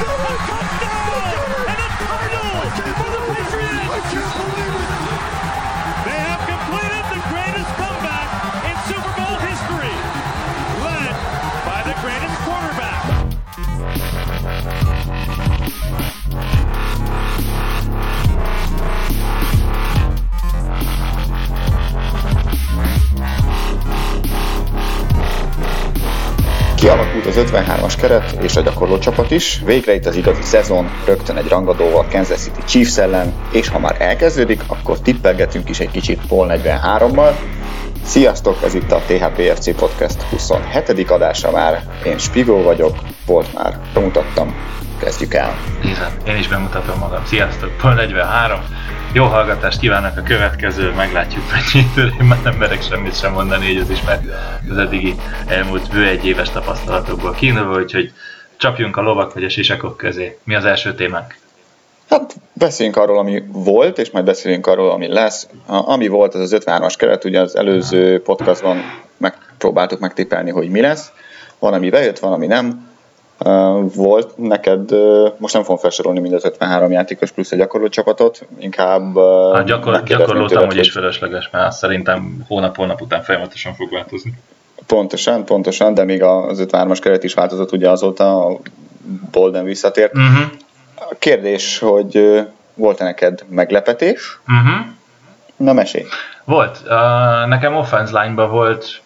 Kialakult az 53-as keret és a gyakorló csapat is, végre itt az igazi szezon, rögtön egy rangadóval Kansas City Chiefs ellen, és ha már elkezdődik, akkor tippelgetünk is egy kicsit Pol 43-mal. Sziasztok, ez itt a THPFC Podcast 27. adása már, én Spigó vagyok, Polt már bemutattam, kezdjük el. Én is bemutatom magam, sziasztok, Pol 43, jó hallgatást kívánok a következő, meglátjuk mennyitől, én már nem merek semmit sem mondani, így az is, mert az eddigi elmúlt bő egy éves tapasztalatokból kiindulva, úgyhogy csapjunk a lovak vagy a sisakok közé. Mi az első témánk? Hát beszéljünk arról, ami volt, és majd beszéljünk arról, ami lesz. Ami volt, az 53-as keret, ugye az előző podcastban megpróbáltuk megtippelni, hogy mi lesz. Van, ami bejött, van, ami nem. Volt neked, most nem fogom felsorolni mind az 53 játékos plusz a gyakorló csapatot, inkább... Gyakorlótam, hogy is felesleges, mert szerintem hónap után folyamatosan fog változni. Pontosan, de még az 53-as keret is változott ugye azóta, a Bolden visszatért. A kérdés, hogy volt-e neked meglepetés? Na, mesélj. Volt. Nekem offense line-ban volt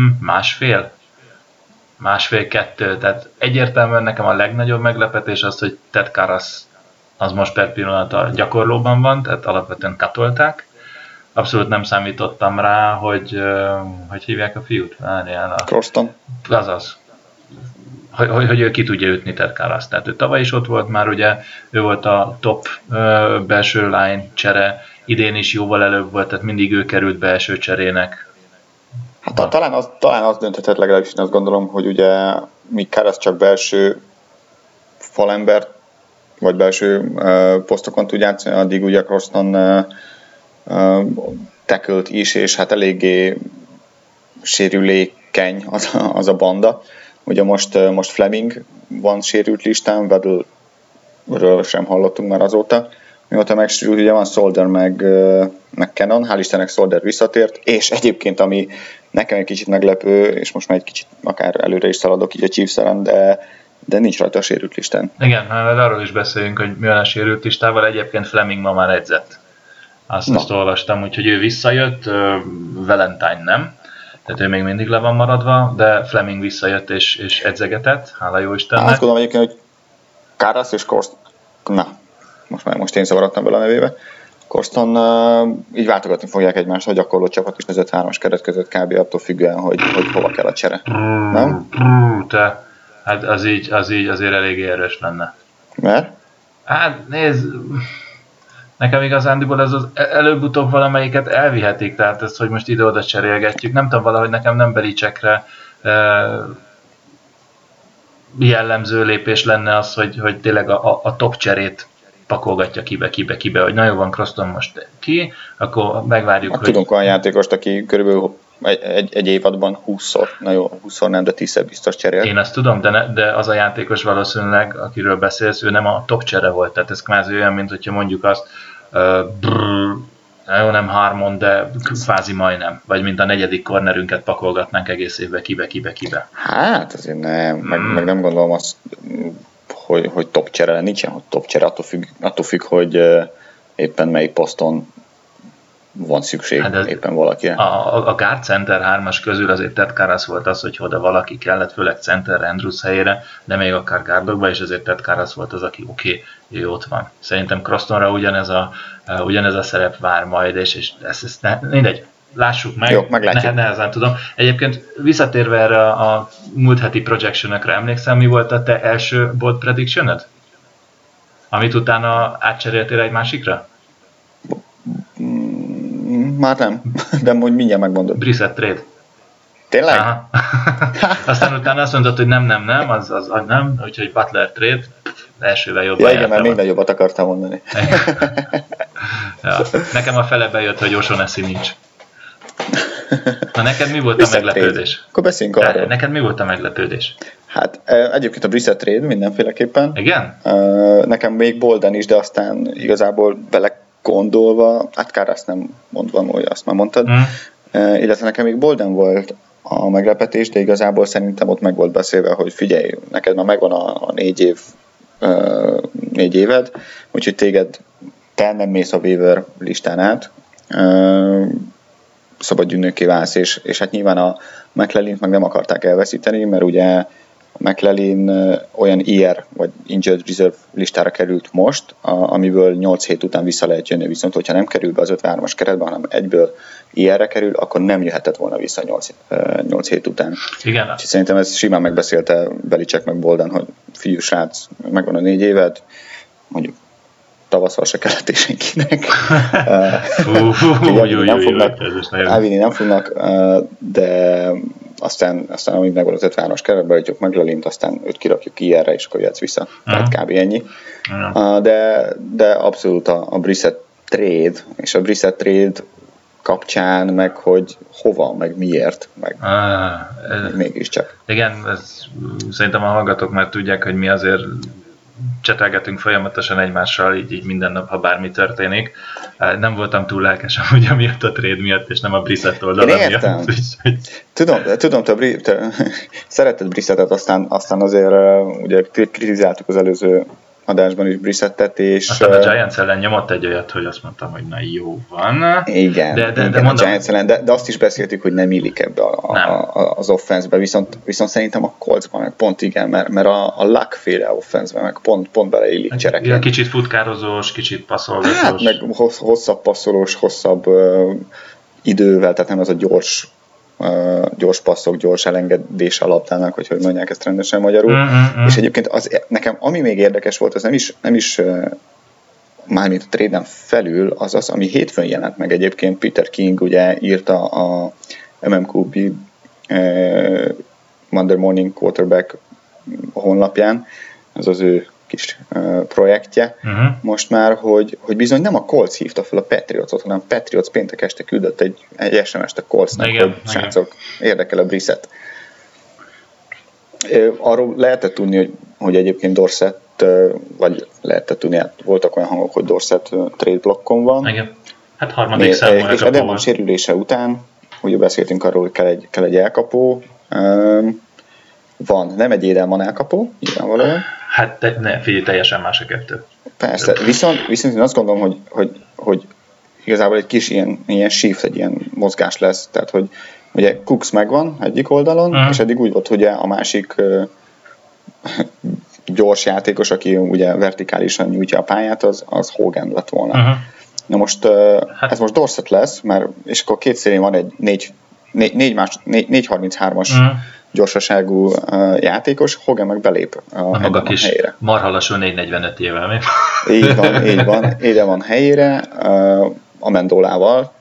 másfél-kettő, tehát egyértelműen nekem a legnagyobb meglepetés az, hogy Ted Karras az most per pillanat a gyakorlóban van, tehát alapvetően katolták. Abszolút nem számítottam rá, hogy hívják a fiút? Croston. Azaz. Hogy ő ki tudja ütni Ted Karras. Tehát ő tavaly is ott volt már, ugye ő volt a top belső line csere, idén is jóval előbb volt, tehát mindig ő került belső cserének. Hát talán az dönthetett, legalábbis én azt gondolom, hogy ugye míg Karras csak belső falember, vagy belső posztokon tud játszani, addig ugye Croston tackle-t is, és hát eléggé sérülékeny az a banda. Ugye most Fleming van sérült listán, Weddle-ről sem hallottunk már azóta. Mióta megsérült, ugye van Solder meg Cannon, hál' Istennek Solder visszatért, és egyébként ami nekem egy kicsit meglepő, és most már egy kicsit akár előre is szaladok így a Chiefs ellen, de nincs rajta a sérült listán. Igen, mert arról is beszéljünk, hogy mi van a sérült listával, egyébként Fleming ma már edzett. Azt olvastam, úgyhogy ő visszajött, Valentine nem. Tehát ő még mindig le van maradva, de Fleming visszajött és edzegetett, hála jó Istennek. Azt gondolom egyébként, hogy Karras és Korston, most én szavarodtam bele a nevébe, Korston így váltogatni fogják egymást a gyakorló csapat is az 53-as keret között kb. Attól függően, hogy hova kell a csere. Nem? Hát az így azért eléggé erős lenne. Mert? Hát nézd, nekem igazándiból ez az előbb-utóbb valamelyiket elvihetik, tehát ezt, hogy most ide-oda cserélgetjük. Nem tudom, valahogy nekem nem Belichickre jellemző lépés lenne az, hogy tényleg a top cserét pakolgatja kibe, hogy na jó van, Croston most ki, akkor megvárjuk, hogy... Tudunk olyan játékost, aki körülbelül egy évadban 20-szor nem, de 10-szer biztos cserél. Én azt tudom, de az a játékos valószínűleg, akiről beszélsz, ő nem a top csere volt, tehát ez kvázi olyan, mint hogyha mondjuk azt jó, nem Harmon, de kvázi majdnem, vagy mint a negyedik cornerünket pakolgatnánk egész évben kibe. Hát azért nem, meg nem gondolom azt, hogy top csere, nincsen top csere, attól függ, hogy éppen melyik poszton van szükség éppen valakire. A guard center 3-as közül azért Ted Karras volt az, hogy oda valaki kellett, főleg centerre, Andrews helyére, de még akár guardokba, és azért Ted Karras volt az, aki ő ott van. Szerintem Crostonra ugyanez a szerep vár majd, és mindegy, lássuk meg. Jó, meglátjuk. Nehezen tudom. Egyébként visszatérve erre a múlt heti projectionokra, emlékszem, mi volt a te első bold prediction-ed? Amit utána átcseréltél egy másikra? Már nem, de mindjárt megmondod. Brissett trade. Tényleg? Aha. Aztán utána azt mondod, hogy nem, az nem, úgyhogy Butler trade, elsővel jobban igen, mert még nagyobbat akartam mondani. Ja. Nekem a fele bejött, hogy O'Shaughnessy nincs. Na neked mi volt a meglepődés? Akkor beszéljünk arról. Neked mi volt a meglepődés? Hát egyébként a Brissett trade mindenféleképpen. Igen? Nekem még Bolden is, de aztán igazából belegondolva, hát kár azt nem mondvam, hogy azt már mondtad, illetve nekem még Bolden volt a meglepetés, de igazából szerintem ott meg volt beszélve, hogy figyelj, neked már megvan a 4 éved, úgyhogy te nem mész a waiver listán át, szabad ügynökké válsz, és hát nyilván a McLellan-t meg nem akarták elveszíteni, mert ugye a McLellan olyan IR vagy Injured Reserve listára került most, amiből 8 hét után vissza lehet jönni, viszont hogyha nem kerül be az 53-as keretbe, hanem egyből IR-re kerül, akkor nem jöhetett volna vissza 8 hét után. Igen. Úgyhogy szerintem ez simán megbeszélte Belichick meg Bolden, hogy fiú srác, megvan a 4 éved, mondjuk tavasszal se kellett és senkinek. Elvinni nem fognak, de aztán amíg megvan az 53-as keretbe, hagyjuk meg Lelint, aztán őt kirakjuk ki erre, és akkor jöhetsz vissza. Tehát kb. Ennyi. De abszolút a Brissett trade, és a Brissett trade kapcsán, meg hogy hova, meg miért, meg mégiscsak. Igen, szerintem a hallgatók már tudják, hogy mi azért csetelgetünk folyamatosan egymással, így minden nap, ha bármi történik. Nem voltam túl lelkes amúgy amiatt a trade miatt, és nem a Brissett oldala miatt. Tudom, te szeretted Brissettet, aztán azért ugye kritizáltuk az előző adásban is Brissettet, és... Aztán a Giants ellen nyomott egy olyat, hogy azt mondtam, hogy na jó van. Igen, de mondom, a Giants ellen, de azt is beszéltük, hogy nem illik ebbe az offense-be, viszont szerintem a Coltsban meg pont igen, mert a Luck féle offense-be meg pont beleillik csereket. Kicsit futkározós, kicsit passzolgatós. Hát meg hosszabb passzolós, hosszabb idővel, tehát nem az a gyors passzok, gyors elengedés a labdának, hogy mondják ezt rendesen magyarul. És egyébként nekem ami még érdekes volt, az nem is mármint a trade-en felül, az, ami hétfőn jelent meg egyébként. Peter King ugye írta a MMQB Monday Morning Quarterback honlapján, az az ő kis projektje most már, hogy bizony nem a Colts hívta fel a Patriotsot, hanem a Patriots péntek este küldött egy SMS-t a Coltsnak, hogy srácok, érdekel a Brissett. Arról lehetett tudni, hogy egyébként Dorsett, vagy lehetett tudni, hát voltak olyan hangok, hogy Dorsett trade blokkon van. Igen. Hát harmadik számú és Edelman sérülése után, ugye beszéltünk arról, hogy kell egy elkapó, van, nem egy Edelman elkapó, nyilvánvalóan. Hát figyelj, teljesen más a kettő. Persze, viszont én azt gondolom, hogy igazából egy kis ilyen shift, egy ilyen mozgás lesz, tehát hogy ugye Cooks megvan egyik oldalon, és eddig úgy volt, hogy a másik gyors játékos, aki ugye vertikálisan nyújtja a pályát, az Hogan lett volna. Na most ez most Dorsett lesz, és akkor két szélén van egy 4.33-as gyorsaságú játékos, Hogan meg belép a maga kis helyére. Marha lassú 4.45-jével, mi? Így van. Ide van helyére, Amendolával.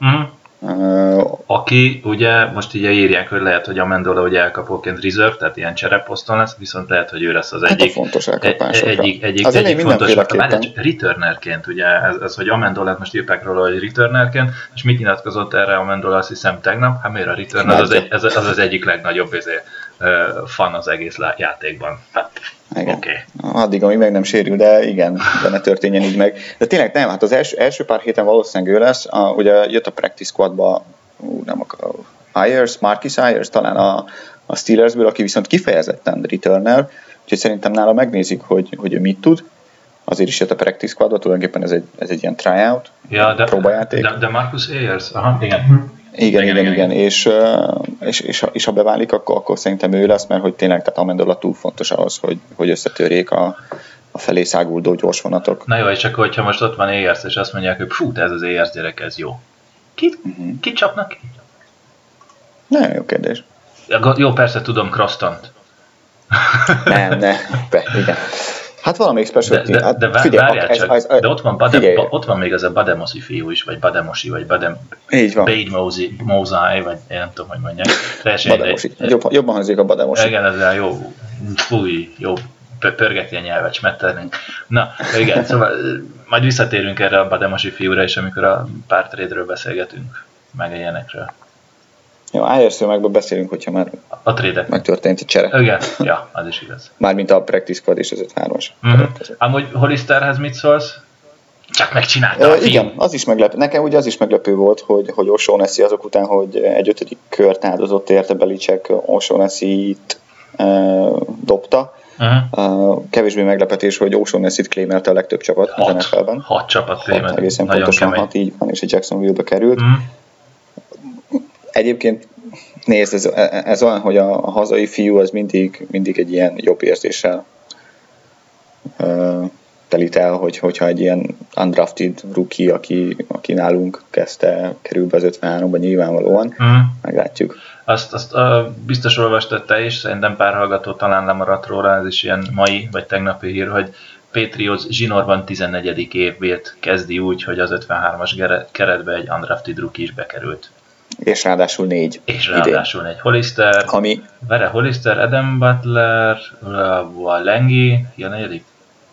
Aki ugye, most így írják, hogy lehet, hogy Amendola ugye elkapóként reserve, tehát ilyen csereposzton lesz, viszont lehet, hogy ő lesz az egyik fontos elkapásokra. Egyik fontos returnerként, ugye ez, hogy Amendolát most írták róla, hogy returnerként, és mit nyilatkozott erre Amendola, azt hiszem tegnap, hát miért a return, az egyik legnagyobb fan az egész játékban. Hát, okay. Addig, amíg meg nem sérül, de igen, de ne történjen így meg. De tényleg nem, hát az első pár héten valószínűleg ő lesz. Ugye jött a practice squadba, Marcus Ayers, talán a Steelersből, aki viszont kifejezetten returner, úgyhogy szerintem nála megnézik, hogy ő mit tud. Azért is jött a practice squadba, tulajdonképpen ez egy ilyen tryout, próbajáték. De Marcus Ayers, igen. Igen, és ha beválik, akkor szerintem ő lesz, mert hogy tényleg, tehát Amendola túl fontos ahhoz, hogy összetörjék a felé száguldó gyors vonatok. Na jó, és akkor, hogyha most ott van Ayers, és azt mondják, hogy fú, ez az Ayers gyerek, ez jó. Kit csapnak ki? Nagyon jó kérdés. Jó, persze tudom, Crostont. Nem, igen. Hát valamelyik special team. De várjál csak, de ott van még ez a Bademosi fiú is, vagy Bademosi, vagy Bade Mosai, vagy én nem tudom, hogy mondják. Bademosi. Jobban hangzik a Bademosi. Igen, ez jó, fúj, jó, pörgeti a nyelvet, smetternénk. Na, igen, szóval majd visszatérünk erre a Bademosi fiúra is, amikor a pár trade-ről beszélgetünk, meg ilyenekről. Jó, IRC meg beszélünk, hogyha már a trade-ek megtörtént a csere. Igen, ja, az is igaz. Mármint a practice squad és az 5-3-as. Amúgy Hollisterhez mit szólsz? Csak megcsinálta a fiú. Igen, az is meglepő. Nekem ugye az is meglepő volt, hogy O'Shaughnessy azok után, hogy egy 5. kört áldozott érte Belichick, O'Shaughnessy-t dobta. Kevésbé meglepetés, hogy O'Shaughnessy-t claimelte a legtöbb csapat az NFL-ben. 6 csapat claimelt. Egészen pontosan 6, így van, és a Jacksonville-be került. Egyébként nézd, ez olyan, hogy a hazai fiú az mindig egy ilyen jobb érzéssel telit el, hogyha egy ilyen undrafted rookie, aki nálunk kezdte, kerül be az 53-ba nyilvánvalóan, meglátjuk. Azt biztos olvastad te is, szerintem pár hallgató talán lemaradt róla, ez is ilyen mai vagy tegnapi hír, hogy Patriots zsinórban 14. évét kezdi úgy, hogy az 53-as keretbe egy undrafted rookie is bekerült. És ráadásul 4. Hollister, Hollister, Adam Butler, Lengi, ki a negyedik?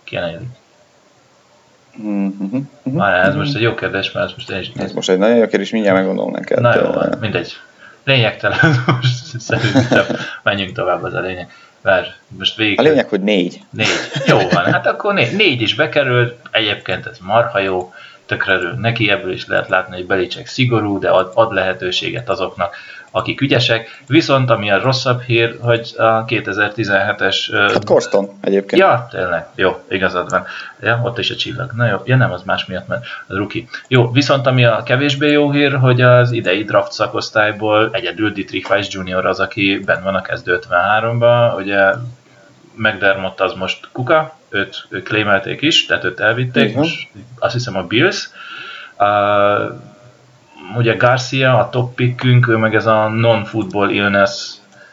Ez most egy jó kérdés, mert most én is... Ez most egy nagyon jó kérdés, mindjárt megmondom neked. Na jó, mindegy. Lényegtelen, most szerintem menjünk tovább, az a lényeg. Most végig... A lényeg, hogy 4. Jó van, hát akkor 4 is bekerült, egyébként ez marha jó, tökre örülünk neki, ebből is lehet látni, hogy Belichick szigorú, de ad lehetőséget azoknak, akik ügyesek. Viszont ami a rosszabb hír, hogy a 2017-es... Hát Korston egyébként. Ja, tényleg. Jó, igazad van. Ja, ott is a csillag. Na jó, ja nem, az más miatt, mert a rookie. Jó, viszont ami a kevésbé jó hír, hogy az idei draft szakosztályból egyedül Dietrich Weiss Jr. az, aki benn van a kezdő 53-ba. Ugye McDermott az most kuka, őt claimelték is, tehát őt elvitték, most azt hiszem a Bills. Ugye Garcia, a top pickünk, ő meg ez a non-football illness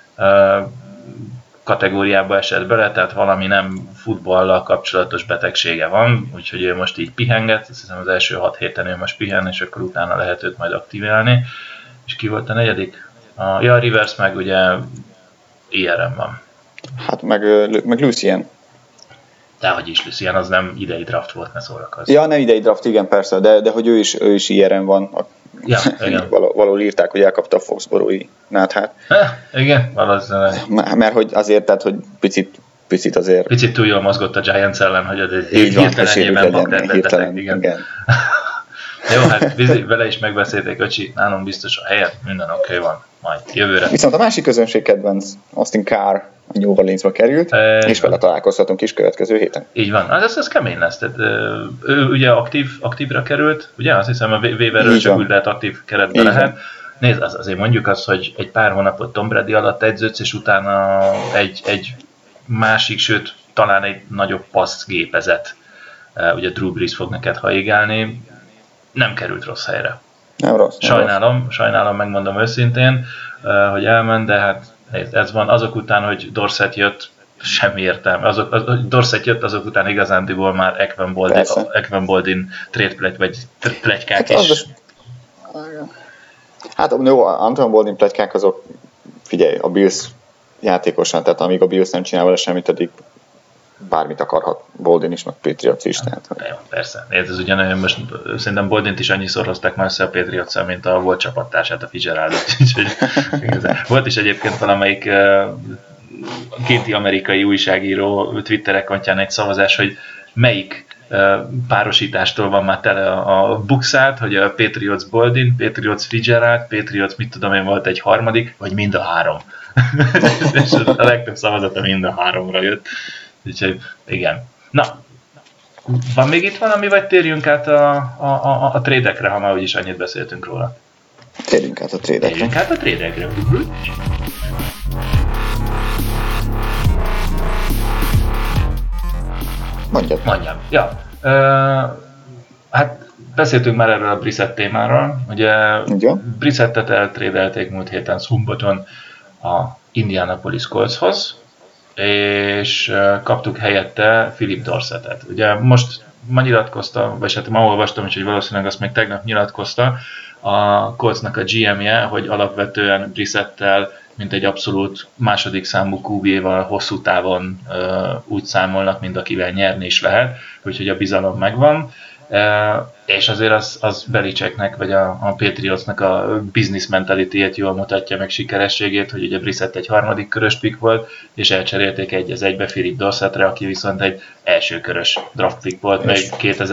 kategóriába esett bele, tehát valami nem futballal kapcsolatos betegsége van, úgyhogy ő most így pihenget, azt hiszem az első 6 héten ő most pihen, és akkor utána lehet őt majd aktiválni. És ki volt a negyedik? A Rivers meg ugye IRM van. Hát meg Lucien. Dehogy is, Lucien, az nem idei draft volt, ne szórakozz. Ja, nem idei draft, igen, persze, de hogy ő is IRM van. Ja, igen. Valahol írták, hogy elkapta a Foxborough-i náthát. Igen, valószínűleg. Mert hogy azért, tehát, hogy picit azért... Picit túl jól mozgott a Giants ellen, hogy egy hirtelenében bakrendetettek, igen. Jó, hát vele is megbeszélték, öcsi, nálunk biztos a helyet, minden oké van, majd jövőre. Viszont a másik közönség kedvenc, Austin Carr a New Orleansba került, és vele találkozhatunk is következő héten. Így van, ez kemény lesz, tehát ő ugye aktívra került, ugye azt hiszem a waiverről csak úgy lehet aktív keretbe lehet. Nézd, azért mondjuk azt, hogy egy pár hónapot Tom Brady alatt edződsz, és utána egy másik, sőt talán egy nagyobb passzgépezet, ugye Drew Brees fog neked haigálni, nem került rossz helyre. Nem rossz. Sajnálom, megmondom őszintén, hogy elment, de hát ez van. Azok után, hogy Dorsett jött, semmi értelme. Dorsett jött, azok után igazándiból már Equan Boldin trade vagy pletykák hát is. Hát jó, Antoine Boldin pletykák azok, figyelj, a Bills játékosan, tehát amíg a Bills nem csinál vele semmit, addig bármit akarhat Boldin is, meg Patriots is. Tehát. Jó, persze. Ez ugyanolyan, most szerintem Boldint is annyiszor hozták már össze a Patriots-szal, mint a volt csapattársát, a Fitzgeraldot. Volt is egyébként valamelyik kinti amerikai újságíró Twitter accountján egy szavazás, hogy melyik párosítástól van már tele a bukszát, hogy a Patriots Boldin, Patriots Fitzgerald, Patriots mit tudom én volt egy harmadik, vagy mind a három. És a legtöbb szavazata mind a háromra jött. Úgyhogy igen. Na, van még itt valami, vagy térjünk át a trade-ekre, ha már úgyis annyit beszéltünk róla? Térjünk át a trade-ekre. Mondjam. Ja. Hát beszéltünk már erről a Brissett témáról. Ugye Brissettet eltrédelték múlt héten szombaton a Indianapolis Coltshoz, és kaptuk helyette Philip Dorsettet. Ugye most ma nyilatkozta, vagy hát ma olvastam is, hogy valószínűleg azt még tegnap nyilatkozta a Coltsnak a GM-je, hogy alapvetően Brissettel, mint egy abszolút második számú QB-val hosszú távon úgy számolnak, mint akivel nyerni is lehet, úgyhogy a bizalom megvan. És azért az Belichicknek, vagy a Patriotsnak a business mentalityjét jól mutatja meg sikerességét, hogy ugye Brissett egy harmadik körös pick volt, és elcserélték egy az egybe Philip Dorsettre, aki viszont egy első körös draft pick volt, még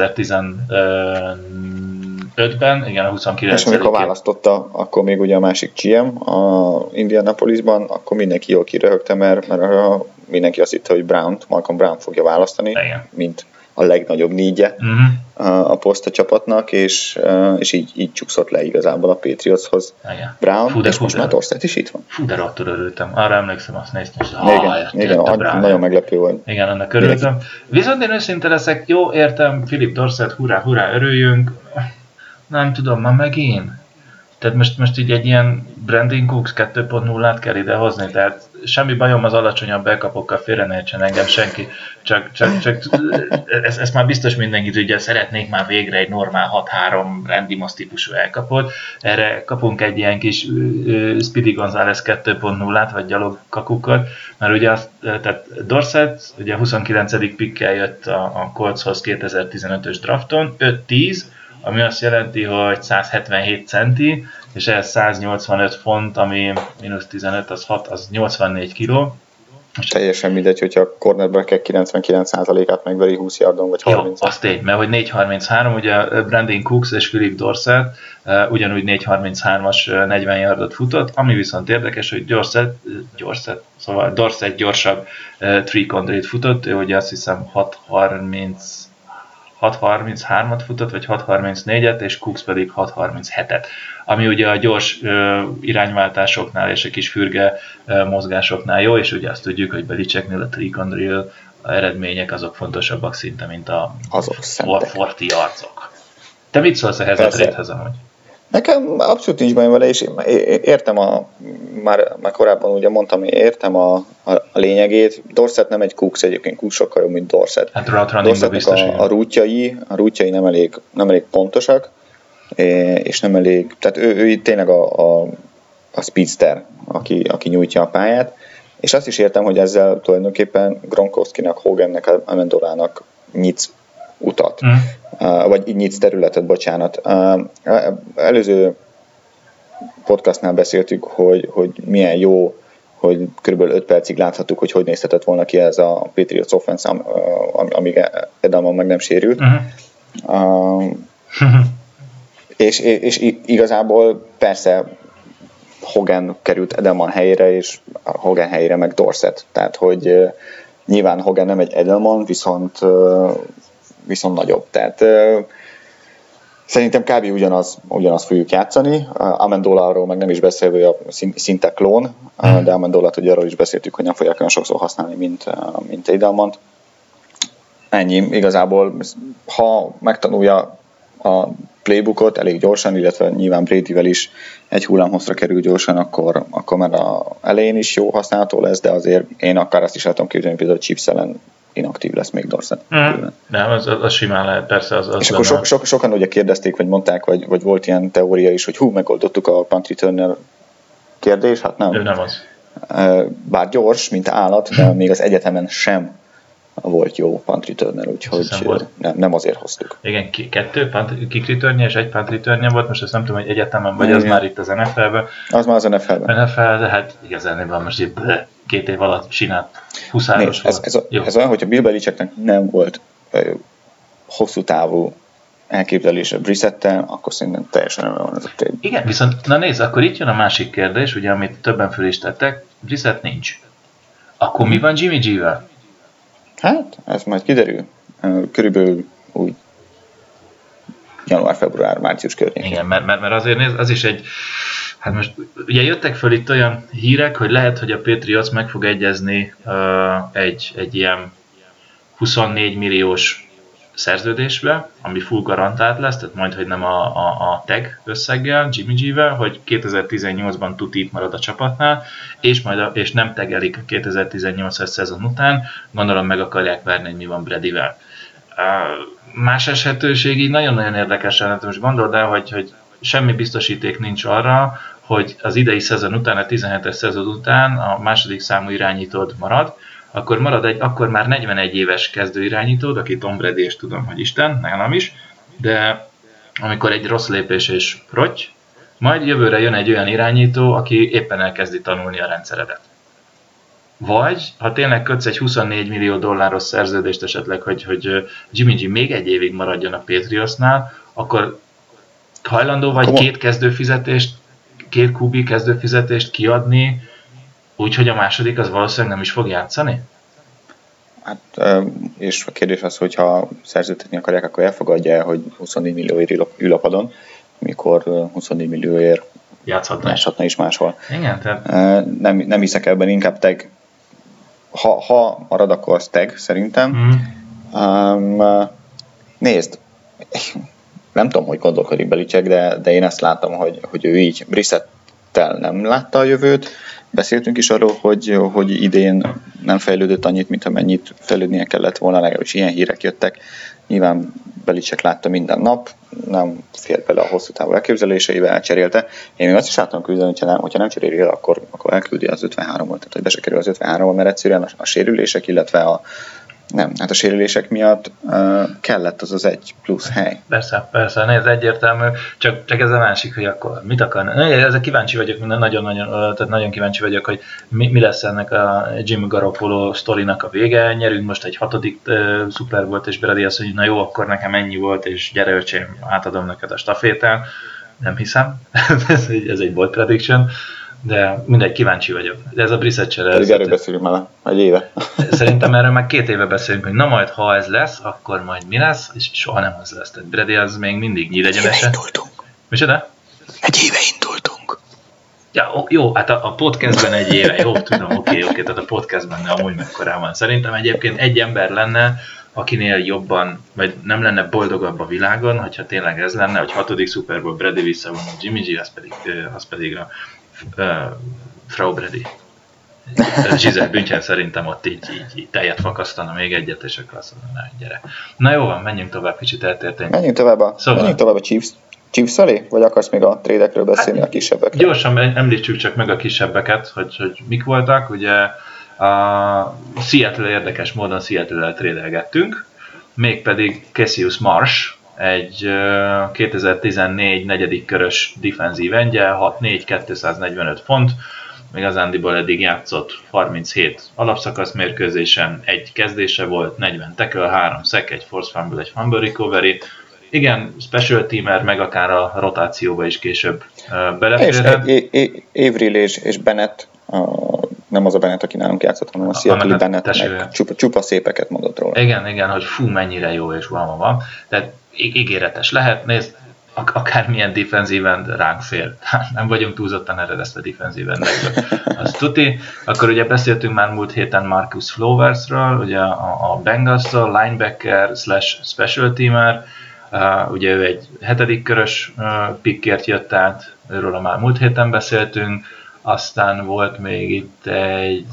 2015-ben, igen, a 29. És amikor választotta, akkor még ugye a másik GM a Indianapolisban, akkor mindenki jól kiröhögte, mert mindenki azt hitte, hogy Malcolm Brown fogja választani, igen, mint a legnagyobb nígye a poszt a csapatnak, és így csukszott le igazából a Patriotshoz Brown, és most már Dorsett is itt van. Fú, de rottól örültem. Arra emlékszem, azt néztem, hogy igen, nagyon meglepő volt. Igen, annak örültem. Viszont én őszinte leszek, jó, értem, Philip Dorsett, hurrá, örüljünk. Nem tudom, már megint. Tehát most így egy ilyen Brandon Cooks 2.0-át kell idehozni, tehát semmi bajom az alacsonyabb backupokkal, félre ne értsen engem senki, csak ezt már biztos mindenki tudja, szeretnék már végre egy normál 6-3 Randy Moss típusú elkapot, erre kapunk egy ilyen kis Speedy González 2.0-át, vagy gyalogkakukat, mert ugye tehát Dorsett ugye a 29. pickkel jött a Coltshoz 2015-ös drafton, 5-10, ami azt jelenti, hogy 177 centi, és ez 185 font, ami mínusz 15, az 6, az 84 kiló. Teljesen mindegy, hogyha a cornerback 99%-át megveri 20 yardon, vagy 30. Jó, az tény, mert hogy 4.33, ugye Brandon Cooks és Philip Dorsett ugyanúgy 4.33-as 40 yardot futott, ami viszont érdekes, hogy Dorsett gyorsabb 3-on-rate futott, ő ugye azt hiszem 6.33-at futott, vagy 6.34-et, és Cooks pedig 6.37-et. Ami ugye a gyors irányváltásoknál és a kis fürge mozgásoknál jó, és ugye azt tudjuk, hogy Belichicknél a trick-on-drill eredmények azok fontosabbak szinte, mint a 40 yardsok. Te mit szólsz ehhez a trade-hez amúgy? Nekem abszolút nincs bajom vele, és értem már korábban ugye mondtam, értem a lényegét. Dorsett nem egy Cooks, egyébként Cooks sokkal jobb, mint Dorsett. Hát Dorsettnek a rútjai nem elég pontosak, és nem elég, tehát ő tényleg a speedster, aki nyújtja a pályát, és azt is értem, hogy ezzel tulajdonképpen Gronkowskinak, Hogannek, Amendolának nyitsz utat, vagy így nyitsz területet, bocsánat. Előző podcastnál beszéltük, hogy milyen jó, hogy kb. 5 percig láthattuk, hogy nézhetett volna ki ez a Patriots offense, amíg Edelman meg nem sérült. És igazából persze Hogan került Edelman helyére, és Hogan helyére meg Dorsett. Tehát, hogy nyilván Hogan nem egy Edelman, viszont nagyobb. Tehát szerintem kb. ugyanaz fogjuk játszani. Amendoláról meg nem is beszélve, szinte klón, de Amendolát ugye arról is beszéltük, hogy nem fogják olyan sokszor használni, mint Edelmant. Ennyi. Igazából, ha megtanulja a playbookot elég gyorsan, illetve nyilván Bradyvel is egy hullámhosszra kerül gyorsan, akkor már az elején is jó használható lesz, de azért én akár azt is látom képzelni, hogy például Chiefs ellen inaktív lesz még Dorsett. Nem, az simán lehet, persze. Az és akkor sokan ugye kérdezték, vagy mondták, vagy volt ilyen teória is, hogy megoldottuk a punt returner kérdés, hát nem. Ő nem az. Bár gyors, mint állat, de még az egyetemen sem volt jó punt returner, úgyhogy nem azért hoztuk. Igen, 2 kick returnje és 1 punt returnje volt, most ezt nem tudom, hogy egyetemen vagy, az már itt az NFL-ben. Az már az NFL-ben. De hát igazán van most itt 2 év alatt csinált 20-áros volt. Ez olyan, hogyha Bill Belichicknek nem volt hosszú távú elképzelése Brissettel, akkor szerintem teljesen nem van ez a trade. Igen, viszont na nézd, akkor itt jön a másik kérdés, ugye, amit többen föl is tettek, Brissett nincs. Akkor mi van Jimmy G-vel? Hát, ez majd kiderül. Körülbelül úgy január, február, március környékén. Igen, mert azért nézd, az is egy... Hát most ugye jöttek föl itt olyan hírek, hogy lehet, hogy a Patriots meg fog egyezni egy ilyen 24 milliós szerződésbe, ami full garantált lesz, tehát majd, hogy nem a tag összeggel, Jimmy G-vel, hogy 2018-ban tuti itt marad a csapatnál, és nem tagelik a 2018-as szezon után, gondolom meg akarják várni, hogy mi van Bradyvel. Más esetőség így nagyon-nagyon érdekes lenne, most gondold el, hogy semmi biztosíték nincs arra, hogy az idei szezon után, a 17-es szezon után a második számú irányítód marad, akkor marad akkor már 41 éves kezdőirányítód, aki Tom Brady, és tudom, hogy Isten, nálam is, de amikor egy rossz lépés és rotty, majd jövőre jön egy olyan irányító, aki éppen elkezdi tanulni a rendszeredet. Vagy, ha tényleg kötsz egy 24 millió dolláros szerződést esetleg, hogy Jimmy G még egy évig maradjon a Patriotsnál, akkor hajlandó vagy két QB kezdőfizetést kiadni, úgyhogy a második az valószínűleg nem is fog játszani? Hát, és a kérdés az, hogyha szerződtetni akarják, akkor elfogadja, hogy 24 millióért ül a padon, mikor 24 millióért játszhatna is máshol. Igen, tehát... Nem hiszek ebben, inkább tag. Ha marad, akkor az tag, szerintem. Nézd, nem tudom, hogy gondolkodik Belichick, de én ezt látom, hogy ő így Brissettel nem látta a jövőt. Beszéltünk is arról, hogy idén nem fejlődött annyit, mint amennyit fejlődnie kellett volna, legalábbis ilyen hírek jöttek. Nyilván Belichick látta minden nap, nem fér bele a hosszú távú elképzeléseibe, elcserélte. Én még azt is láttam küzdeni, hogyha nem cseréli el, akkor elküldi az 53-ot, tehát hogy be se kerül az 53-ba, mert egyszerűen a sérülések, illetve a sérülések miatt kellett az 1 plusz hely. Persze, nézd, egyértelmű, csak ez a másik, hogy akkor mit akarna. Ezzel kíváncsi vagyok, nagyon kíváncsi vagyok, hogy mi lesz ennek a Jimmy Garoppolo sztorinak a vége. Nyerünk most egy 6. Super Bowl-t, és Brady azt mondja, na jó, akkor nekem ennyi volt, és gyere öcsém, átadom neked a stafétát. Nem hiszem, ez egy bold prediction. De mindegy, kíváncsi vagyok. De ez a Brissett csere... Pedig erről beszélünk már egy éve. Szerintem erről már 2 éve beszélünk, hogy na majd, ha ez lesz, akkor majd mi lesz, és soha nem az lesz. Tehát Brady az még mindig nyílegyenesen. Egy éve indultunk. Micsoda? Egy éve indultunk. Ja, jó, hát a podcastben egy éve, jó, tudom, oké, tehát a podcastben amúgy mekkorában. Szerintem egyébként egy ember lenne, akinél jobban, vagy nem lenne boldogabb a világon, hogyha tényleg ez lenne, hogy 6. Super Bowl Brady visszavonul Jimmy G, az pedig a Frau Brady. Giselle Bündchen szerintem ott így tejet fakasztana még egyet, és akkor azt mondja, gyere. Na jó van, menjünk tovább, kicsit eltértünk. Menjünk tovább a Chiefs elé? Vagy akarsz még a trédekről beszélni, a kisebbekről? Gyorsan említsük csak meg a kisebbeket, hogy mik voltak. Ugye a Seattle érdekes módon Seattle-el trédelgettünk, mégpedig Cassius Marsh, egy 2014 negyedik körös defenzív endje, 6'4", 245 font, igazándiból eddig játszott 37 alapszakasz mérkőzésen, egy kezdése volt, 40 tackle, 3 sack, egy force fumble, egy fumble recovery. Igen, special teamer, meg akár a rotációba is később beleférhet. És Avril és Bennett, nem az a Bennett, aki nálunk játszott, hanem a Seattle Bennett, csupa szépeket mondott róla. Igen, hogy fú, mennyire jó és van. Tehát ígéretes lehet, nézd, akármilyen defenzíven ránk fél. Nem vagyunk túlzottan eredezve defenzíven, azt tuti. Akkor ugye beszéltünk már múlt héten Marcus Flowersről, ugye a Bengalsról, linebacker / special teamer, ugye ő egy 7. körös pickért jött át, őről már múlt héten beszéltünk, aztán volt még itt egy...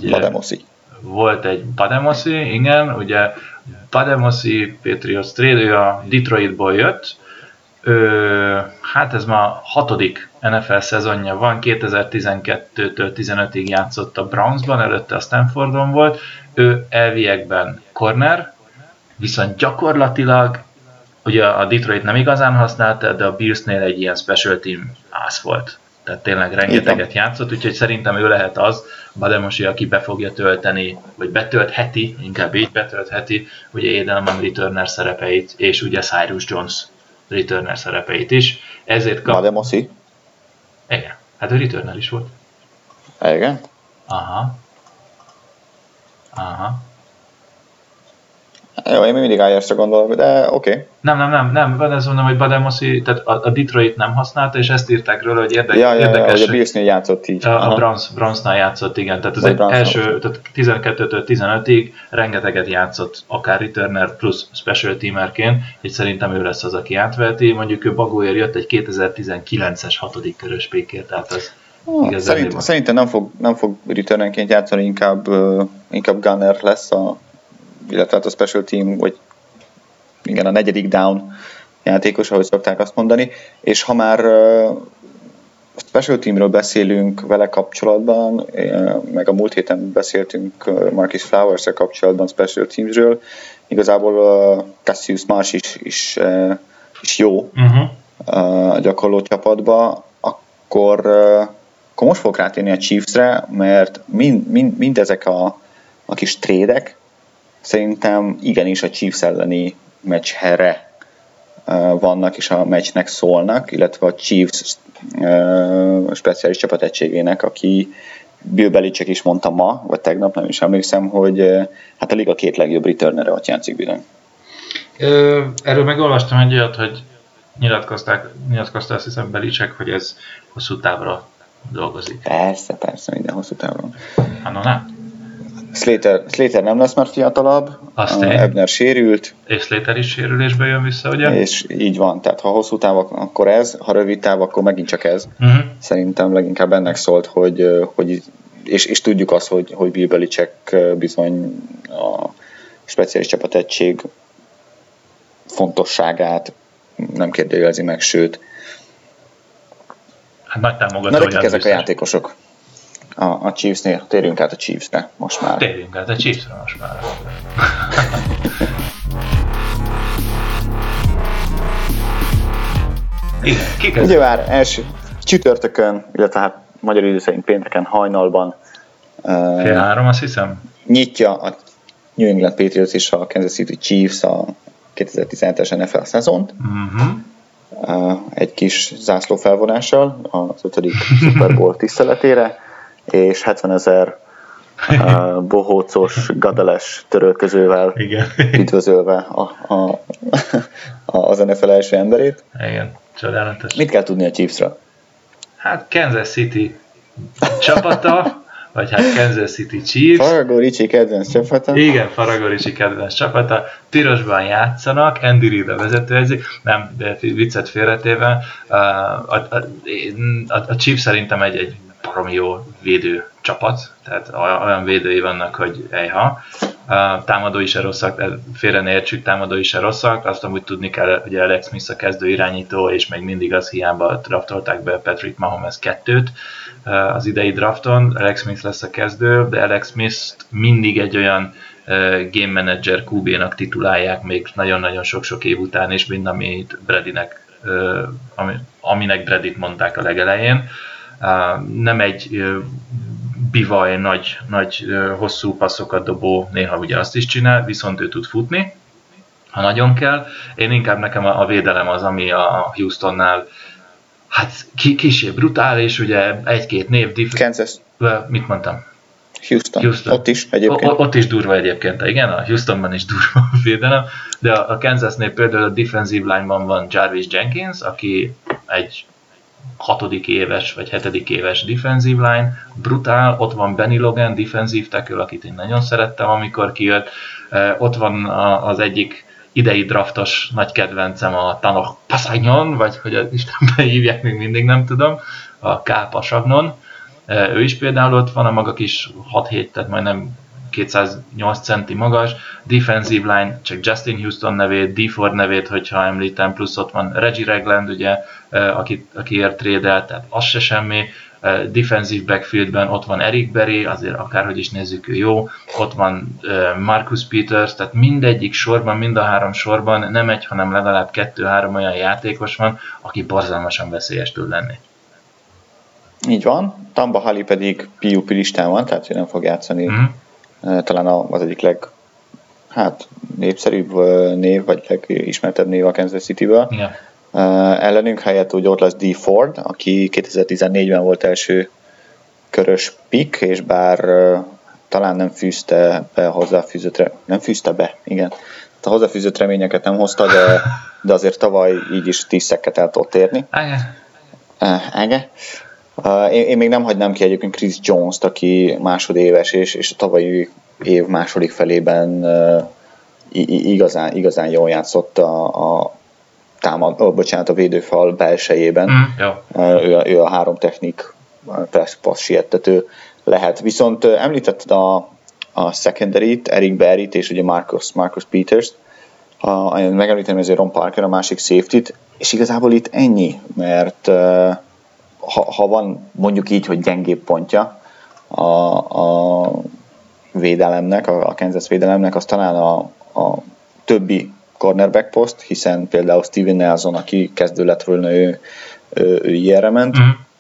Bademosi, igen, ugye Bademosi Patriots trade, ő a Detroitból jött, hát ez már 6. NFL szezonja van, 2012-től 15-ig játszott a Brownsban, előtte a Stanfordon volt, ő elviekben corner, viszont gyakorlatilag ugye a Detroit nem igazán használta, de a Billsnél egy ilyen special team ász volt. Tehát tényleg rengeteget játszott, úgyhogy szerintem ő lehet az, Bademosi, aki be fogja tölteni, vagy betöltheti, inkább így betöltheti, ugye Edelman returner szerepeit, és ugye Cyrus Jones returner szerepeit is. Ezért kap... Bademosi? Igen, hát ő returner is volt. Igen? Aha. Jó, én mindig Ayers-ra gondolok, de oké. Nem, azt mondom, hogy Bademosi, tehát a Detroit nem használta, és ezt írták róla, hogy érdekes. Ja, hogy a Billsnél játszott így. A Brownsnál játszott, igen. Tehát az egy első, tehát 12-től 15-ig rengeteget játszott, akár returner plusz special teamerként, így szerintem ő lesz az, aki átveheti. Mondjuk ő Bagóért jött egy 2019-es 6. körös pékért, tehát az szerintem nem fog returnerként játszani, inkább gunner lesz illetve a special team, vagy igen, a 4. down játékos, ahogy szokták azt mondani, és ha már special teamről beszélünk vele kapcsolatban, meg a múlt héten beszéltünk Marcus Flowers-szel kapcsolatban special teamsről, igazából Cassius Marsh is és jó a gyakorló csapatba, akkor most fog rátérni a Chiefsre, mert mindezek a kis trédek szerintem igenis a Chiefs elleni meccsre vannak, és a meccsnek szólnak, illetve a Chiefs speciális csapategységének, aki Bill Belichick is mondta ma, vagy tegnap, nem is emlékszem, hogy hát a liga 2 legjobb returnere ott játszik bizony. Erről megolvastam egy olyat, hogy nyilatkozta azt hiszem Belichick, hogy ez hosszú távra dolgozik. Persze, minden hosszú távra. Slater nem lesz már fiatalabb, Ebner sérült. És Slater is sérülésbe jön vissza, ugye? És így van, tehát ha hosszú táv, akkor ez, ha rövid táv, akkor megint csak ez. Szerintem leginkább ennek szólt, hogy és tudjuk azt, hogy Bill Belichick bizony a speciális csapategység fontosságát nem kérdőjelezi meg, sőt. Hát nagy támogatója. Na de kik ezek a játékosok? A Chiefsnél. Térjünk át a Chiefsre most már. Térjünk át a Chiefsre most már. Igen, kik ezek? Ugye már első csütörtökön, illetve hát magyar idő szerint pénteken hajnalban 2:30, azt hiszem. Nyitja a New England Patriots és a Kansas City Chiefs a 2017-es NFL szezont. Egy kis zászló felvonással az 5. Super Bowl tiszteletére, és 70 000 bohócos, gadeles törölközővel üdvözölve az NFL első emberét. Igen, csodálatos. Mit kell tudni a Chiefsről? Hát Kansas City csapata, vagy hát Kansas City Chiefs. Faragó Ricci kedvenc csapata. Igen, Faragó Ricci kedvenc csapata. Pirosban játszanak, Andy Reid a vezetőedző, nem, de viccet félretéve. A Chiefs szerintem egy baromi jó védő csapat, tehát olyan védői vannak, hogy ejha. Támadói se rosszak, félre ne értsük, támadói se rosszak, azt amúgy tudni kell, hogy Alex Smith a kezdő irányító, és még mindig az hiába draftolták be Patrick Mahomes 2-t az idei drafton. Alex Smith lesz a kezdő, de Alex Smith mindig egy olyan game manager QB-nak titulálják még nagyon-nagyon sok-sok év után, és mind amit aminek Bradyt mondták a legelején. Nem egy bivaj, nagy hosszú passzokat dobó, néha ugye azt is csinál, viszont ő tud futni, ha nagyon kell. Én inkább nekem a védelem az, ami a Houstonnál hát kicsi brutális, ugye egy-két név Kansas. Mit mondtam? Houston. Ott is egyébként. Ott is durva egyébként, igen, a Houstonban is durva a védelem, de a Kansasnél például a defensive line-ban van Jarvis Jenkins, aki egy 6. éves vagy 7. éves defensive line, brutál, ott van Benny Logan, defensive tackle, akit én nagyon szerettem, amikor kijött, ott van az egyik idei draftos nagy kedvencem, a Tanok Pasagnon, vagy hogy az Istenben hívják, még mindig nem tudom, a K. Pasagnon, ő is például ott van, a maga kis 6-7, tehát majdnem 208 centi magas, defensive line, csak Justin Houston nevét, D. Ford nevét, hogyha említem, plusz ott van Reggie Ragland, ugye, akiért trédelt, tehát az se semmi, defensive backfieldben ott van Eric Berry, azért akárhogy is nézzük, ő jó, ott van Marcus Peters, tehát mindegyik sorban, mind a 3 sorban nem egy, hanem legalább 2-3 olyan játékos van, aki borzalmasan veszélyes tud lenni. Így van, Tamba Hali pedig PUP listán van, tehát ő nem fog játszani. Talán az egyik népszerűbb név, vagy legismertebb név a Kansas City-ből. Yeah. Ellenünk helyett úgy ott lesz D. Ford, aki 2014-ben volt első körös pick, és bár talán nem fűzte be a hozzáfűzött reményeket nem hozta, de azért tavaly így is 10 szekket el tudott érni. Én még nem hagynám ki egyébként Chris Jones-t, aki másodéves, és a tavalyi év második felében igazán jól játszott a védőfal belsejében. Ő a 3 technik passz siettető lehet. Viszont említetted a secondary-t, Eric Berryt és ugye Marcus Peters-t. Megemlítem ezért Ron Parker, a másik safety-t, és igazából itt ennyi, mert ha van mondjuk így, hogy gyengébb pontja a védelemnek, a Kansas védelemnek, az talán a többi cornerback poszt, hiszen például Steven Nelson, aki kezdő lett volna, ő ilyenre ment.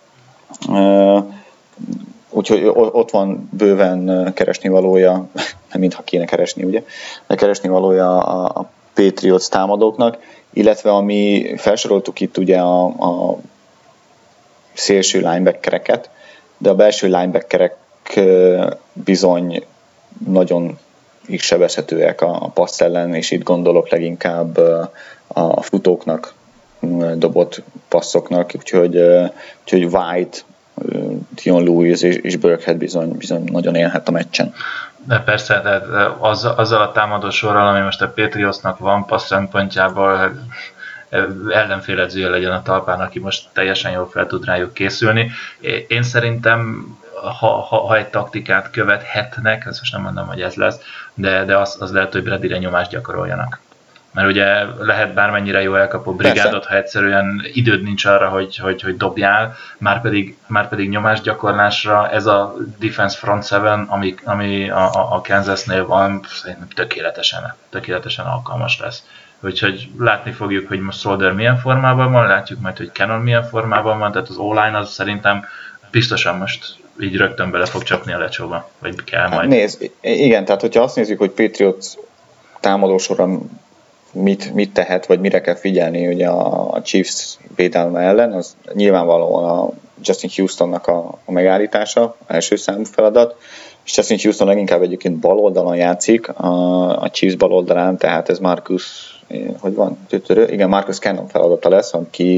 Úgyhogy ott van bőven keresnivalója, nem mintha kéne keresni, ugye, de keresnivalója a Patriots támadóknak, illetve ami felsoroltuk itt ugye a szélső linebackereket, de a belső linebackerek bizony nagyon is sebezhetőek a passz ellen, és itt gondolok leginkább a futóknak dobott passzoknak, úgyhogy White, Dion Lewis és Burkhead bizony nagyon élhet a meccsen. De persze, de azzal a támadósorral, ami most a Patriotsnak van passz szempontjából, ellenféledzője legyen a talpán, aki most teljesen jól fel tud rájuk készülni. Én szerintem, ha egy taktikát követhetnek, ezt most nem mondom, hogy ez lesz, de az lehet, hogy Bradyre nyomást gyakoroljanak. Mert ugye lehet bármennyire jó elkapó brigádot, ha egyszerűen időd nincs arra, hogy dobjál, már pedig nyomásgyakorlásra ez a defense front seven, ami a Kansasnél van, szerintem tökéletesen alkalmas lesz. Úgyhogy látni fogjuk, hogy most Solder milyen formában van, látjuk majd, hogy Cannon milyen formában van, tehát az O-line az szerintem biztosan most így rögtön bele fog csapni a lecsóba, vagy kell majd. Nézd, igen, tehát hogyha azt nézzük, hogy Patriots támadósorra mit tehet, vagy mire kell figyelni ugye a Chiefs védelme ellen, az nyilvánvalóan a Justin Houstonnak a megállítása, első számú feladat, és Justin Houston leginkább egyébként bal oldalon játszik, a Chiefs bal oldalán, tehát ez Marcus, hogy van? Igen, Marcus Cannon feladata lesz,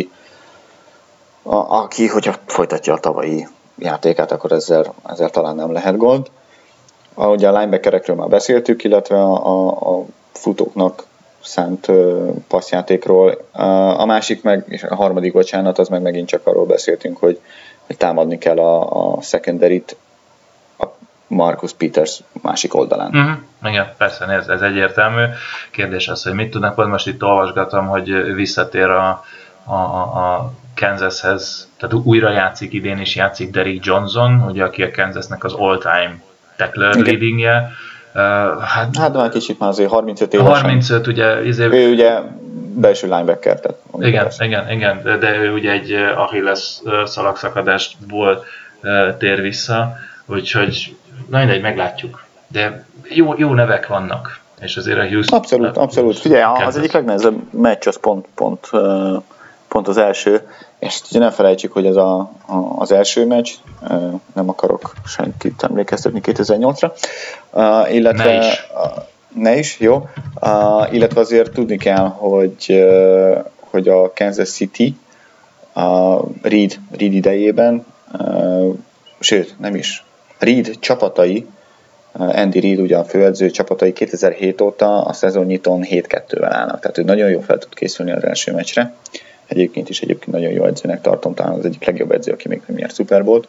aki hogyha folytatja a tavalyi játékát, akkor ezzel talán nem lehet gond. Ugye a linebackerekről már beszéltük, illetve a futóknak szánt passzjátékról. A másik és a harmadik, bocsánat, az megint csak arról beszéltünk, hogy támadni kell a secondary-t a Marcus Peters másik oldalán. Igen, persze, ez egyértelmű. Kérdés az, hogy mit tudnak, most itt olvasgatom, hogy visszatér a Kansashez, tehát újra játszik, idén is játszik Derrick Johnson, ugye, aki a Kansasnek az all-time tackler leadingje. Hát már kicsit már azért 35 évesen. 35, ugye. Ő ugye belső linebacker. Igen, de ő ugye egy Achilles szalagszakadásból tér vissza, úgyhogy na mindegy, meglátjuk. De jó nevek vannak, és azért a Houston... Abszolút. Figyelj, az egyik legnehezebb meccs az pont az első, és ugye nem felejtsük, hogy ez az első meccs, nem akarok senkit emlékeztetni 2008-ra, illetve... Ne is, jó. Illetve azért tudni kell, hogy a Kansas City Reed idejében, sőt, nem is, Reed csapatai, Andy Reid ugye a főedző csapatai 2007 óta a szezonnyitón 7-2-vel állnak, tehát ő nagyon jól fel tud készülni az első meccsre. Egyébként nagyon jó edzőnek tartom, talán az egyik legjobb edző, aki még nem nyert Super Bowl-t.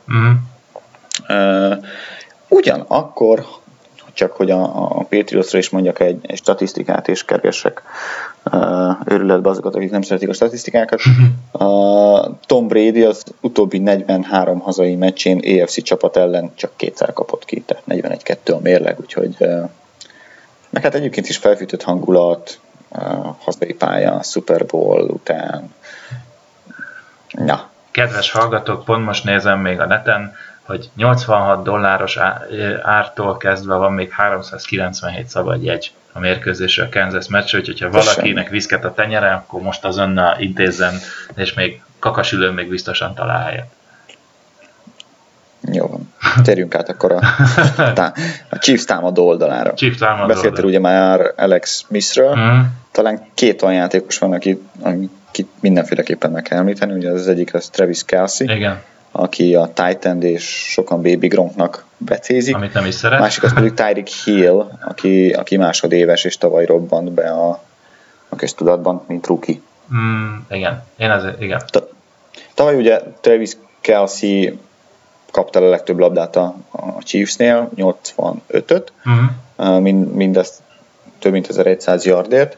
Ugyanakkor, csak hogy a Patriotsra is mondjak egy statisztikát, és kergessek őrületbe azokat, akik nem szeretik a statisztikákat. Tom Brady az utóbbi 43 hazai meccsén AFC csapat ellen csak kétszer kapott ki, tehát 41-2 a mérleg, úgyhogy meg hát egyébként is felfűtött hangulat, hazai pálya, Super Bowl után. Na. Kedves hallgatók, pont most nézem még a neten, hogy $86 ártól kezdve van még 397 szabad jegy a mérkőzésre a Kansas meccsre, úgyhogy ha valakinek viszket a tenyere, akkor most azonnal intézzen, és még kakasülőn még biztosan talál helyet. Jó van. Térjünk át akkor a Chiefs támadó oldalára. Beszéltél ugye már Alex Smithről. Talán két olyan játékos van, akit mindenféleképpen meg kell említeni. Ugye az egyik az Travis Kelce. Igen. Aki a tight end, és sokan Baby Gronknak becézik. Amit nem is szeret. Másik az pedig Tyreek Hill, aki másodéves, és tavaly robbant be a köztudatban, mint rookie. Igen. Igen. Tavaly ugye Travis Kelce kapta a legtöbb labdát a Chiefsnél, 85-öt, mindezt több mint 1100 yardért,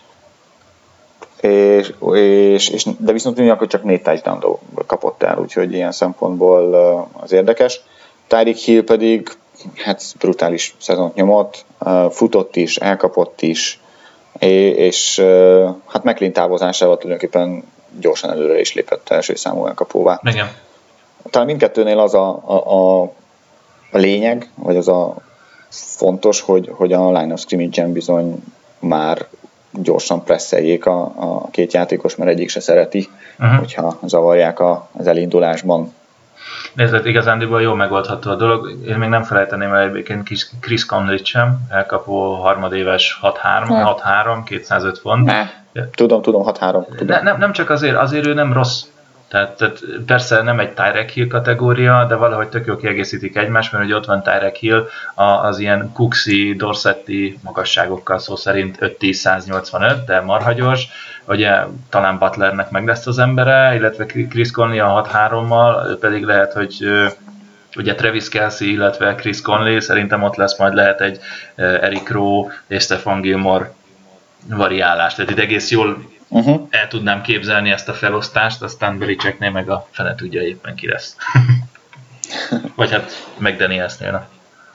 de viszont akkor csak 4 touchdown kapott el, úgyhogy ilyen szempontból az érdekes. Tyreek Hill pedig brutális szezont nyomott, futott is, elkapott is, és hát McLean távozásával tulajdonképpen gyorsan előre is lépett első számú elkapóvá. Igen. Talán mindkettőnél az a lényeg, vagy az a fontos, hogy a line of scrimmage-en bizony már gyorsan presszeljék a két játékos, mert egyik se szereti, hogyha zavarják az elindulásban. Nézd, igazándiból jól megoldható a dolog. Én még nem felejteném el egyébként Chris Conley sem, elkapó harmadéves 6-3, 205 font. Tudom, 6-3. Nem csak azért ő nem rossz. Tehát persze nem egy Tyreek Hill kategória, de valahogy tök jól kiegészítik egymást, mert ugye ott van Tyreek Hill az ilyen Cooksy, Dorsetti magasságokkal, szó szerint 5-10-185, de marha gyors. Ugye talán Butlernek meg lesz az embere, illetve Chris Conley a 6-3-mal, pedig lehet, hogy ugye Travis Kelce, illetve Chris Conley, szerintem ott lesz, majd lehet egy Eric Rowe és Stephon Gilmore variálás. Tehát itt egész jól el tudnám képzelni ezt a felosztást, aztán Belichicknél meg a fele tudja éppen ki lesz. Vagy hát McDanielsnél.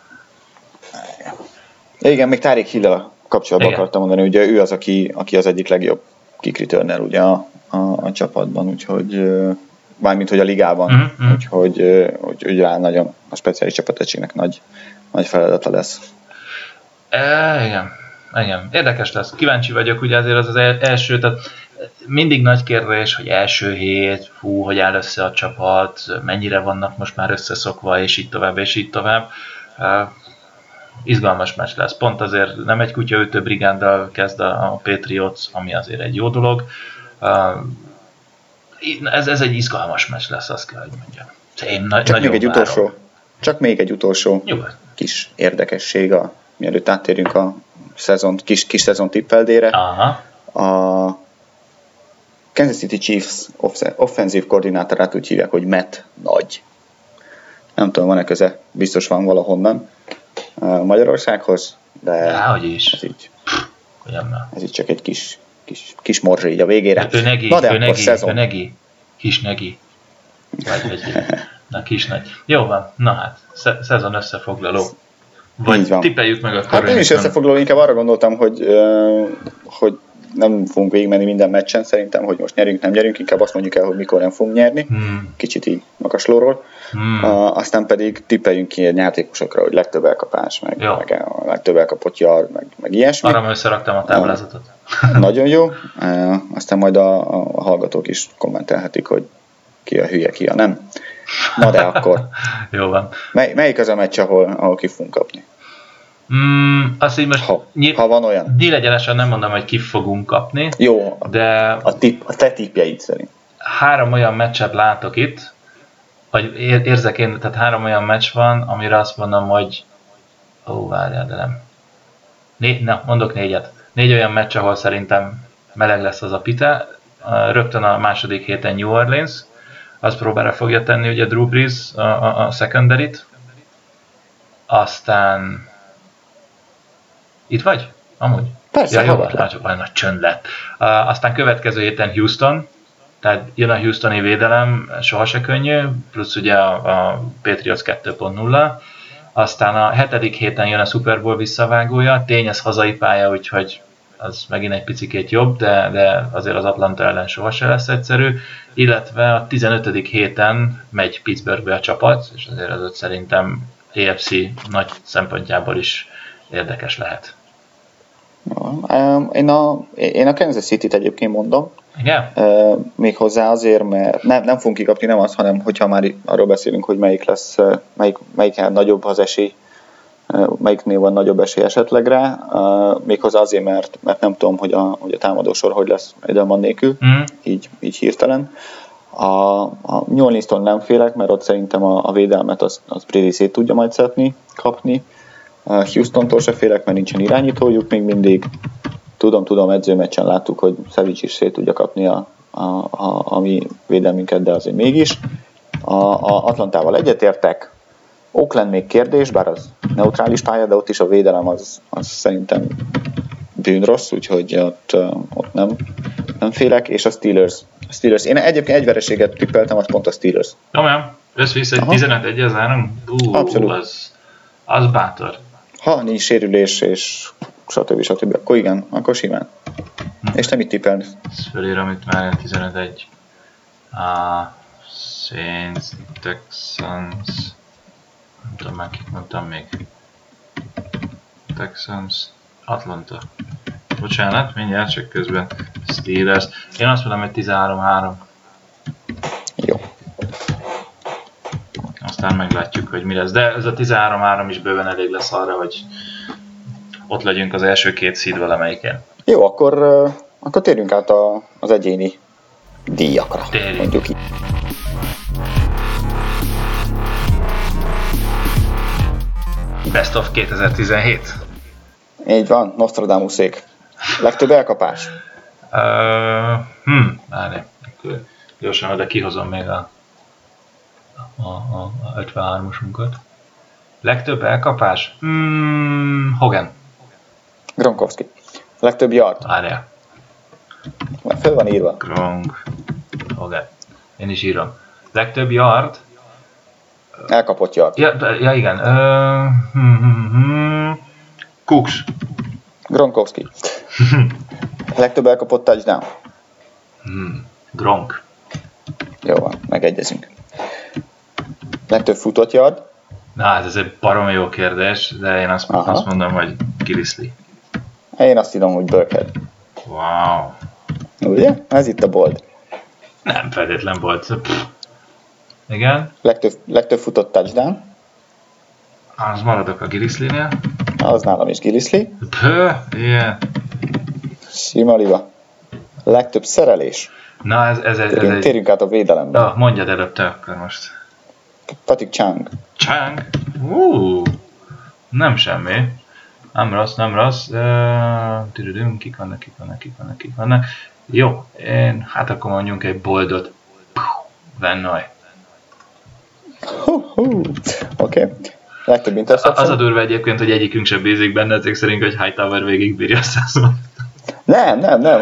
Igen, még Tyreek Hill-el kapcsolatban akartam mondani, ugye ő az, aki az egyik legjobb kick returner ugye a csapatban, úgyhogy mármint, hogy a ligában, úgyhogy rá nagyon a speciális csapategységnek nagy feladata lesz. Igen, érdekes lesz. Kíváncsi vagyok, ugye azért az első, tehát mindig nagy kérdés, hogy első hét, hogy áll össze a csapat, mennyire vannak most már összeszokva, és így tovább. Izgalmas meccs lesz. Pont azért nem egy kutyaütő brigáddal kezd a Patriots, ami azért egy jó dolog. Ez egy izgalmas meccs lesz, azt kell, hogy mondjam. Csak még egy utolsó Nyugodt. Kis érdekesség, mielőtt áttérjünk a kis szezon tippeldére. A Kansas City Chiefs offenzív koordinátorát úgy hívják, hogy Matt Nagy. Nem tudom, van-e köze, biztos van valahonnan Magyarországhoz, de ez így csak egy kis morzsa így a végére. Ő negi. Kis negi. Na, kis nagy. Jó van, na hát, szezon összefoglaló. Vagy tippeljük meg akkor. Hát én is összefoglaló, inkább arra gondoltam, hogy nem fogunk végigmenni minden meccsen, szerintem, hogy most nyerünk, nem nyerünk, inkább azt mondjuk el, hogy mikor nem fogunk nyerni, kicsit így magaslóról. Aztán pedig tippeljünk ki egy játékosokra, hogy legtöbb elkapás, meg a legtöbb elkapott yard, meg ilyesmi. Arra összeraktam a táblázatot. Nagyon jó. Aztán majd a hallgatók is kommentelhetik, hogy ki a hülye, ki a nem. Na de akkor. Jó van. Melyik az a meccs, ahol ki fogunk kapni? Azt így most ha van olyan. Nyílegyenesen nem mondom, hogy ki fogunk kapni. Jó, de a te tippjeid szerint. 3 olyan meccset látok itt, vagy érzek én, tehát 3 olyan meccs van, amire azt mondom, hogy várjál, de nem. Mondok 4-et. 4 olyan meccs, ahol szerintem meleg lesz az a pite. Rögtön a második héten New Orleans, azt próbára fogja tenni ugye Drew Brees a secondary-t. Aztán itt vagy? Amúgy? Persze, jó, csak olyan nagy csönd lett. Aztán következő héten Houston, tehát jön a Houstoni védelem, soha se könnyű, plusz ugye a Patriots 2.0. Aztán a 7. héten jön a Super Bowl visszavágója, tény ez hazai pálya, úgyhogy az megint egy picikét jobb, de azért az Atlanta ellen soha se lesz egyszerű. Illetve a 15. héten megy Pittsburghbe a csapat, és azért az ott szerintem AFC nagy szempontjából is érdekes lehet. Én a Kansas City-t egyébként mondom. Igen? Méghozzá azért, mert nem fogunk kikapni, nem az, hanem hogyha már arról beszélünk, hogy melyik lesz, melyik nagyobb az esély, melyiknél van nagyobb esély esetleg rá, méghozzá azért, mert nem tudom, hogy a támadósor hogy lesz Edelman nélkül, így hirtelen. A New Orleans-tól nem félek, mert ott szerintem a védelmet az Brady szét tudja majd szedni, kapni. Houstontól se félek, mert nincsen irányítójuk még mindig. Tudom, edzőmeccsen láttuk, hogy Savage is szét tudja kapni a mi védelmünket, de azért mégis. A Atlantával egyetértek. Oakland még kérdés, bár az neutrális pálya, de ott is a védelem az szerintem bűnrossz, úgyhogy ott nem félek, és a Steelers. Én egyébként egy vereséget tippeltem, az pont a Steelers. Komolyan? Össze-vissza egy 11-1 az áram? Abszolút. Az bátor. Ha nincs sérülés, és stb. Akkor igen, akkor simán. És te mit tippelsz? Ezt fölírom itt már 15-1. Saints, Texans, nem tudom már kit mondtam még. Texans, Atlanta. Bocsánat, mindjárt csak közben Steelers. Én azt mondom, hogy 13-3. Jó. Aztán meglátjuk, hogy mi lesz. De ez a 13-3 is bőven elég lesz arra, hogy ott legyünk az első két seed valamelyiken. Jó, akkor térjünk át az egyéni díjakra. Térjünk. Mondjuk így. Best of 2017. Így van, Nostradamusék. Legtöbb elkapás. Várj, akkor gyorsan oda kihozom még a 53-asunkat. Legtöbb elkapás? Hogan. Gronkowski. Legtöbb yard. Várjál. Föl van írva. Gronk. Hogan. Én is írom. Legtöbb yard? Elkapott yard. Ja igen. Cooks. Gronkowski. Legtöbb elkapott touchdown. Gronk. Jó van, megegyezünk. Legtöbb futott yard. Na hát ez egy baromi jó kérdés, de én azt mondom, hogy Gillislee. Én azt írom, hogy Burkhead. Wow. Ugye? Ez itt a bold. Nem feltétlen volt. Igen. Legtöbb futott touchdown. Az maradok a Gillislee-nél. Az nálam is Gillislee. Igen. Sima liba. Legtöbb szerelés. Na ez egy... Térjünk át a védelembe. Mondjad előbb te akkor most. Patrick Chung. Chung? Nem semmi. Nem rossz. Kik vannak. Jó, akkor mondjunk egy boldot. Van Noy. Oké. Legtöbb interception. Az a durva egyébként, hogy egyikünk sem bízik benne, ezek szerint, hogy Hightower végigbírja a százon. Nem,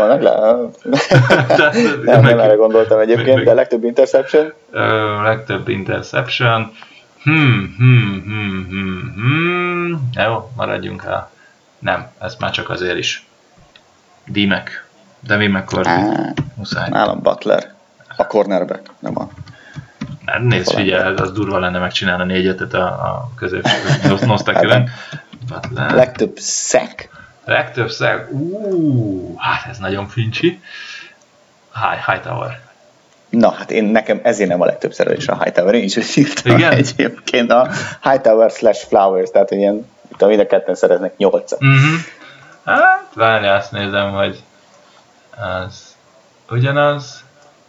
nem erre gondoltam egyébként, de legtöbb interception. Legtöbb interception. Jó, maradjunk el. Nem, ez már csak azért is. D-Mac. Devin McCourty. Muszáj. Nálam Butler. A cornerback, nem a... Nézd, figyelj, az durva lenne megcsinálni 4-5-et a középső nosztakően. Legtöbb sack. Legtöbb sack? Hát ez nagyon fincsi. Hightower. Na, hát nekem ezért nem a legtöbb szerelés a Hightower, én is úgy írtam egyébként a Hightower / Flowers, tehát ilyen, itt a mind a ketten szereznek 8-at. Hát, várj, azt nézem, hogy az ugyanaz.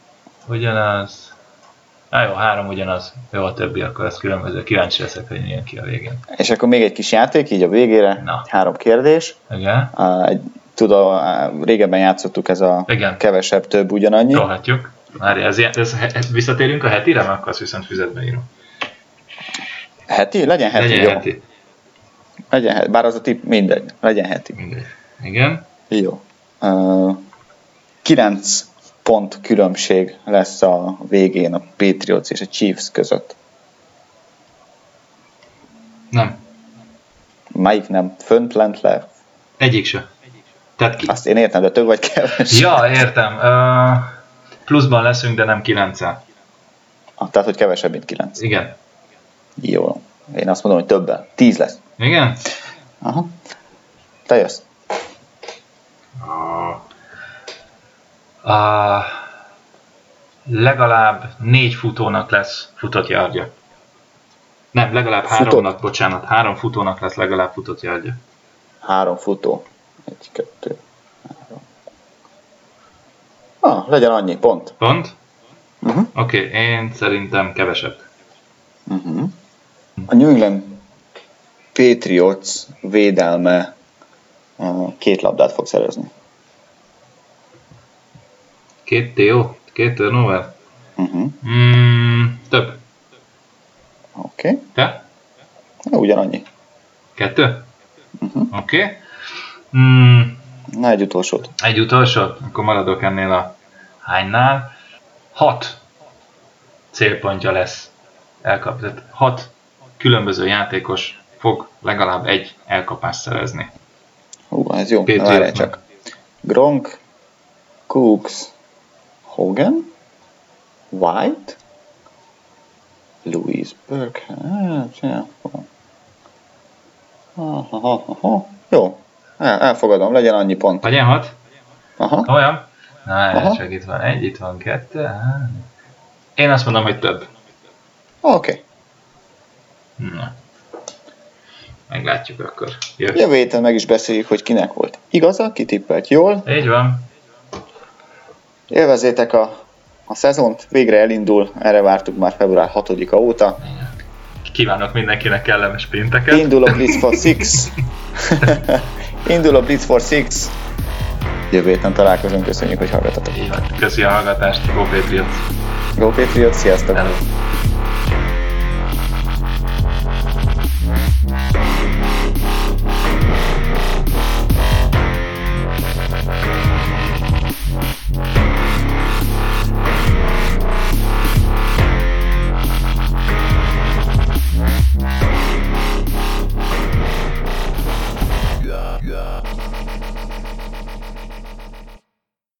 Jó, 3 ugyanaz. Jó, a többi, akkor az különböző. Kíváncsi leszek, hogy milyen ki a végén. És akkor még egy kis játék, így a végére. Na. 3 kérdés. Igen. Régebben játszottuk, ez a kevesebb, több ugyanannyi. Próbálhatjuk. Várj, visszatérünk a hetire, mert akkor azt viszont füzetbe írom. Heti? Legyen heti, legyen jó. Heti. Legyen heti. Bár az a tipp mindegy. Legyen heti. Mindegy. Igen. Jó. 9 pont különbség lesz a végén a Patriots és a Chiefs között. Nem. Melyik nem? Fönt, lent, le? Egyik se. Tehát azt én értem, de több vagy kevesebb. Ja, értem. Pluszban leszünk, de nem 9-el. Tehát, hogy kevesebb, mint 9. Igen. Jó. Én azt mondom, hogy többen. 10 lesz. Igen? Aha. Te jössz. Legalább 4 futónak lesz futott yardja. Nem, legalább 3-nak, bocsánat. 3 futónak lesz legalább futott yardja. 3 futó. 1, 2, 3. Legyen annyi, pont. Pont? Oké, én szerintem kevesebb. A New England Patriots védelme 2 labdát fog szerezni. 2 TO? 2 turnover? Több. Oké. Te? Ugyanannyi. 2? Oké. Na, egy utolsót. Egy utolsót? Akkor maradok ennél a hánynál. 6 célpontja lesz elkapott. 6 különböző játékos fog legalább egy elkapást szerezni. Ez jó. Várjál csak. Gronk, Cooks, Hogan, White, Louise Burke. Jó. Elfogadom, legyen annyi pont. Legyen 6? Aha. Olyan? Na, csak itt van 1, itt van 2. Én azt mondom, hogy több. Oké. Na. Meglátjuk akkor. Jövő héten meg is beszéljük, hogy kinek volt igaza, ki tippelt jól. Így van. Élvezzétek a szezont, végre elindul, erre vártuk már február 6-a óta. Kívánok mindenkinek kellemes pénteket. Indul a Blitz for 6. Indul a Blitz for 6. Jövő héten találkozunk, köszönjük, hogy hallgatatok. Köszi a hallgatást, Go Patriots! Go Patriots, sziasztok! Hello.